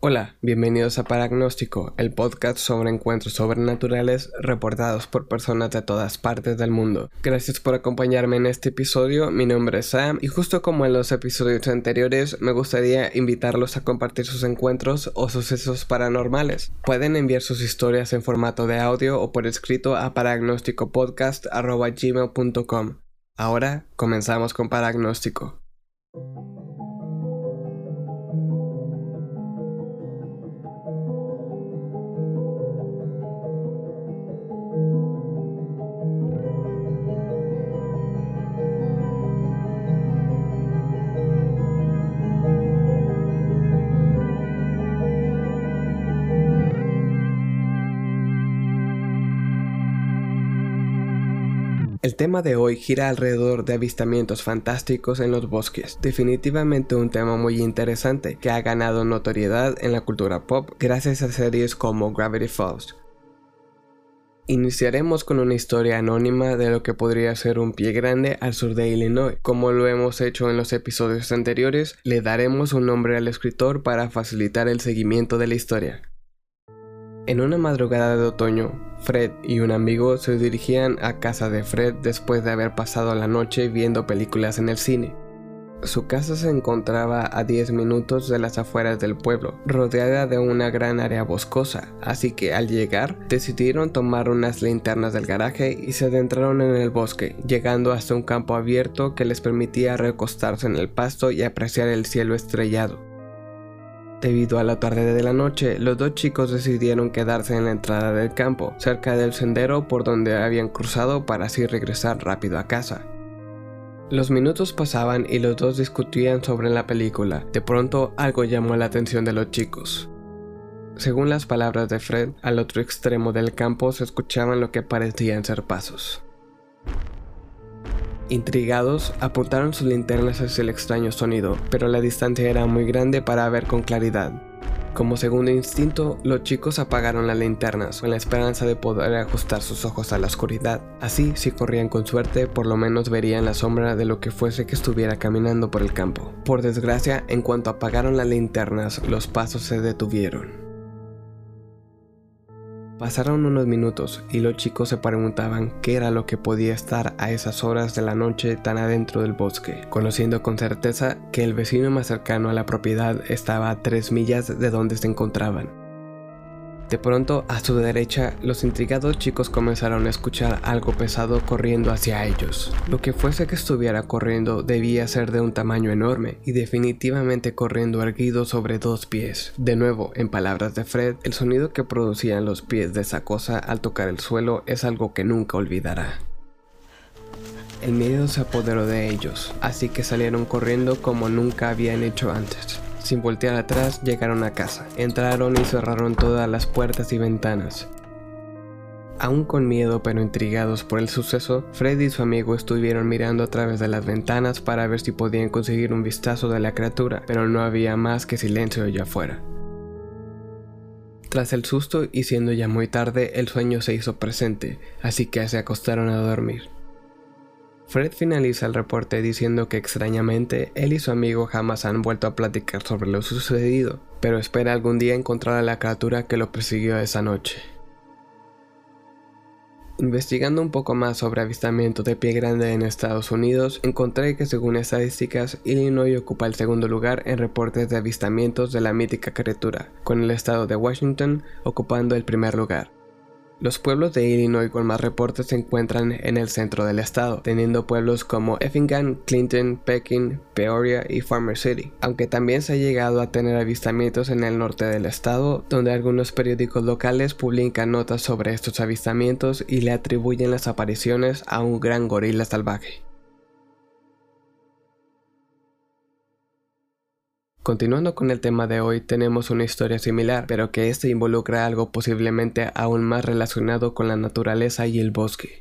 Hola, bienvenidos a Paragnóstico, el podcast sobre encuentros sobrenaturales reportados por personas de todas partes del mundo. Gracias por acompañarme en este episodio, mi nombre es Sam y justo como en los episodios anteriores me gustaría invitarlos a compartir sus encuentros o sucesos paranormales. Pueden enviar sus historias en formato de audio o por escrito a paragnósticopodcast@gmail.com. Ahora comenzamos con Paragnóstico. El tema de hoy gira alrededor de avistamientos fantásticos en los bosques, definitivamente un tema muy interesante que ha ganado notoriedad en la cultura pop gracias a series como Gravity Falls. Iniciaremos con una historia anónima de lo que podría ser un pie grande al sur de Illinois. Como lo hemos hecho en los episodios anteriores, le daremos un nombre al escritor para facilitar el seguimiento de la historia. En una madrugada de otoño, Fred y un amigo se dirigían a casa de Fred después de haber pasado la noche viendo películas en el cine. Su casa se encontraba a 10 minutos de las afueras del pueblo, rodeada de una gran área boscosa, así que al llegar decidieron tomar unas linternas del garaje y se adentraron en el bosque, llegando hasta un campo abierto que les permitía recostarse en el pasto y apreciar el cielo estrellado. Debido a la tarde de la noche, los dos chicos decidieron quedarse en la entrada del campo, cerca del sendero por donde habían cruzado para así regresar rápido a casa. Los minutos pasaban y los dos discutían sobre la película. De pronto, algo llamó la atención de los chicos. Según las palabras de Fred, al otro extremo del campo se escuchaban lo que parecían ser pasos. Intrigados, apuntaron sus linternas hacia el extraño sonido, pero la distancia era muy grande para ver con claridad. Como segundo instinto, los chicos apagaron las linternas con la esperanza de poder ajustar sus ojos a la oscuridad. Así, si corrían con suerte, por lo menos verían la sombra de lo que fuese que estuviera caminando por el campo. Por desgracia, en cuanto apagaron las linternas, los pasos se detuvieron. Pasaron unos minutos y los chicos se preguntaban qué era lo que podía estar a esas horas de la noche tan adentro del bosque, conociendo con certeza que el vecino más cercano a la propiedad estaba a 3 millas de donde se encontraban. De pronto, a su derecha, los intrigados chicos comenzaron a escuchar algo pesado corriendo hacia ellos. Lo que fuese que estuviera corriendo debía ser de un tamaño enorme y definitivamente corriendo erguido sobre 2 pies. De nuevo, en palabras de Fred, el sonido que producían los pies de esa cosa al tocar el suelo es algo que nunca olvidará. El miedo se apoderó de ellos, así que salieron corriendo como nunca habían hecho antes. Sin voltear atrás, llegaron a casa. Entraron y cerraron todas las puertas y ventanas. Aún con miedo pero intrigados por el suceso, Fred y su amigo estuvieron mirando a través de las ventanas para ver si podían conseguir un vistazo de la criatura, pero no había más que silencio allá afuera. Tras el susto y siendo ya muy tarde, el sueño se hizo presente, así que se acostaron a dormir. Fred finaliza el reporte diciendo que extrañamente él y su amigo jamás han vuelto a platicar sobre lo sucedido, pero espera algún día encontrar a la criatura que lo persiguió esa noche. Investigando un poco más sobre avistamientos de pie grande en Estados Unidos, encontré que según estadísticas, Illinois ocupa el segundo lugar en reportes de avistamientos de la mítica criatura, con el estado de Washington ocupando el primer lugar. Los pueblos de Illinois con más reportes se encuentran en el centro del estado, teniendo pueblos como Effingham, Clinton, Pekin, Peoria y Farmer City, aunque también se ha llegado a tener avistamientos en el norte del estado, donde algunos periódicos locales publican notas sobre estos avistamientos y le atribuyen las apariciones a un gran gorila salvaje. Continuando con el tema de hoy, tenemos una historia similar, pero que esta involucra algo posiblemente aún más relacionado con la naturaleza y el bosque.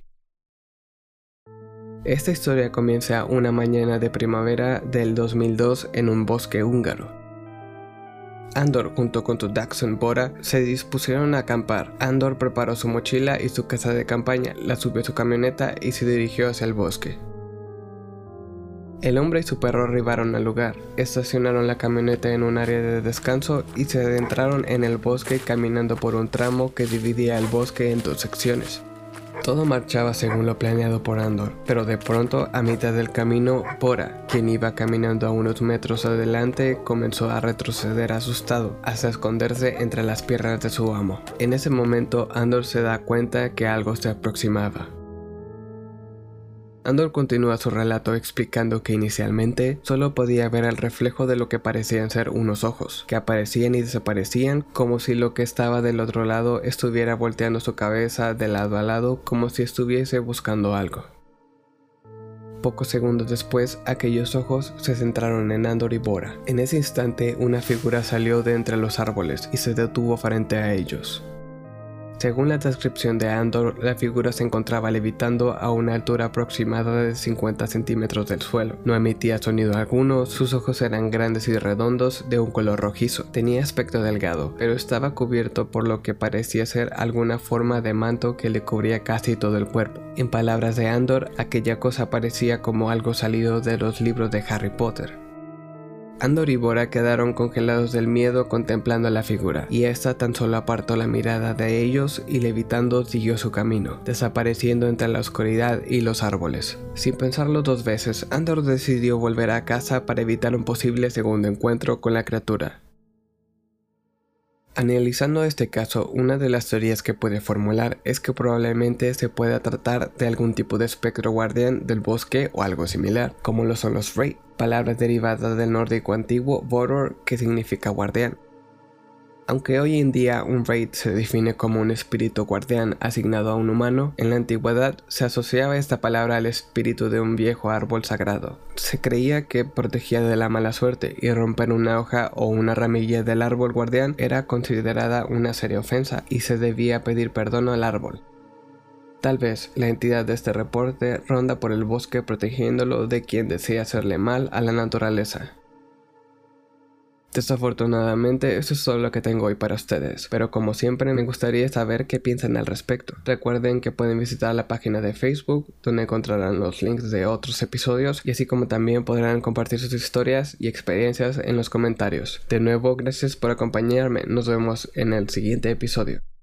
Esta historia comienza una mañana de primavera del 2002 en un bosque húngaro. Andor junto con su Dachshund Bora se dispusieron a acampar. Andor preparó su mochila y su casa de campaña, la subió a su camioneta y se dirigió hacia el bosque. El hombre y su perro arribaron al lugar, estacionaron la camioneta en un área de descanso y se adentraron en el bosque caminando por un tramo que dividía el bosque en dos secciones. Todo marchaba según lo planeado por Andor, pero de pronto, a mitad del camino, Bora, quien iba caminando a unos metros adelante, comenzó a retroceder asustado, hasta esconderse entre las piernas de su amo. En ese momento, Andor se da cuenta que algo se aproximaba. Andor continúa su relato explicando que inicialmente solo podía ver el reflejo de lo que parecían ser unos ojos, que aparecían y desaparecían como si lo que estaba del otro lado estuviera volteando su cabeza de lado a lado como si estuviese buscando algo. Pocos segundos después, aquellos ojos se centraron en Andor y Bora. En ese instante, una figura salió de entre los árboles y se detuvo frente a ellos. Según la descripción de Andor, la figura se encontraba levitando a una altura aproximada de 50 centímetros del suelo. No emitía sonido alguno, sus ojos eran grandes y redondos de un color rojizo. Tenía aspecto delgado, pero estaba cubierto por lo que parecía ser alguna forma de manto que le cubría casi todo el cuerpo. En palabras de Andor, aquella cosa parecía como algo salido de los libros de Harry Potter. Andor y Bora quedaron congelados del miedo contemplando a la figura, y esta tan solo apartó la mirada de ellos y levitando siguió su camino, desapareciendo entre la oscuridad y los árboles. Sin pensarlo dos veces, Andor decidió volver a casa para evitar un posible segundo encuentro con la criatura. Analizando este caso, una de las teorías que puede formular es que probablemente se pueda tratar de algún tipo de espectro guardián del bosque o algo similar, como lo son los Wraith, palabras derivadas del nórdico antiguo Voror, que significa guardián. Aunque hoy en día un Wraith se define como un espíritu guardián asignado a un humano, en la antigüedad se asociaba esta palabra al espíritu de un viejo árbol sagrado. Se creía que protegía de la mala suerte y romper una hoja o una ramilla del árbol guardián era considerada una seria ofensa y se debía pedir perdón al árbol. Tal vez la entidad de este reporte ronda por el bosque protegiéndolo de quien desea hacerle mal a la naturaleza. Desafortunadamente, eso es todo lo que tengo hoy para ustedes, pero como siempre me gustaría saber qué piensan al respecto. Recuerden que pueden visitar la página de Facebook, donde encontrarán los links de otros episodios, y así como también podrán compartir sus historias y experiencias en los comentarios. De nuevo, gracias por acompañarme, nos vemos en el siguiente episodio.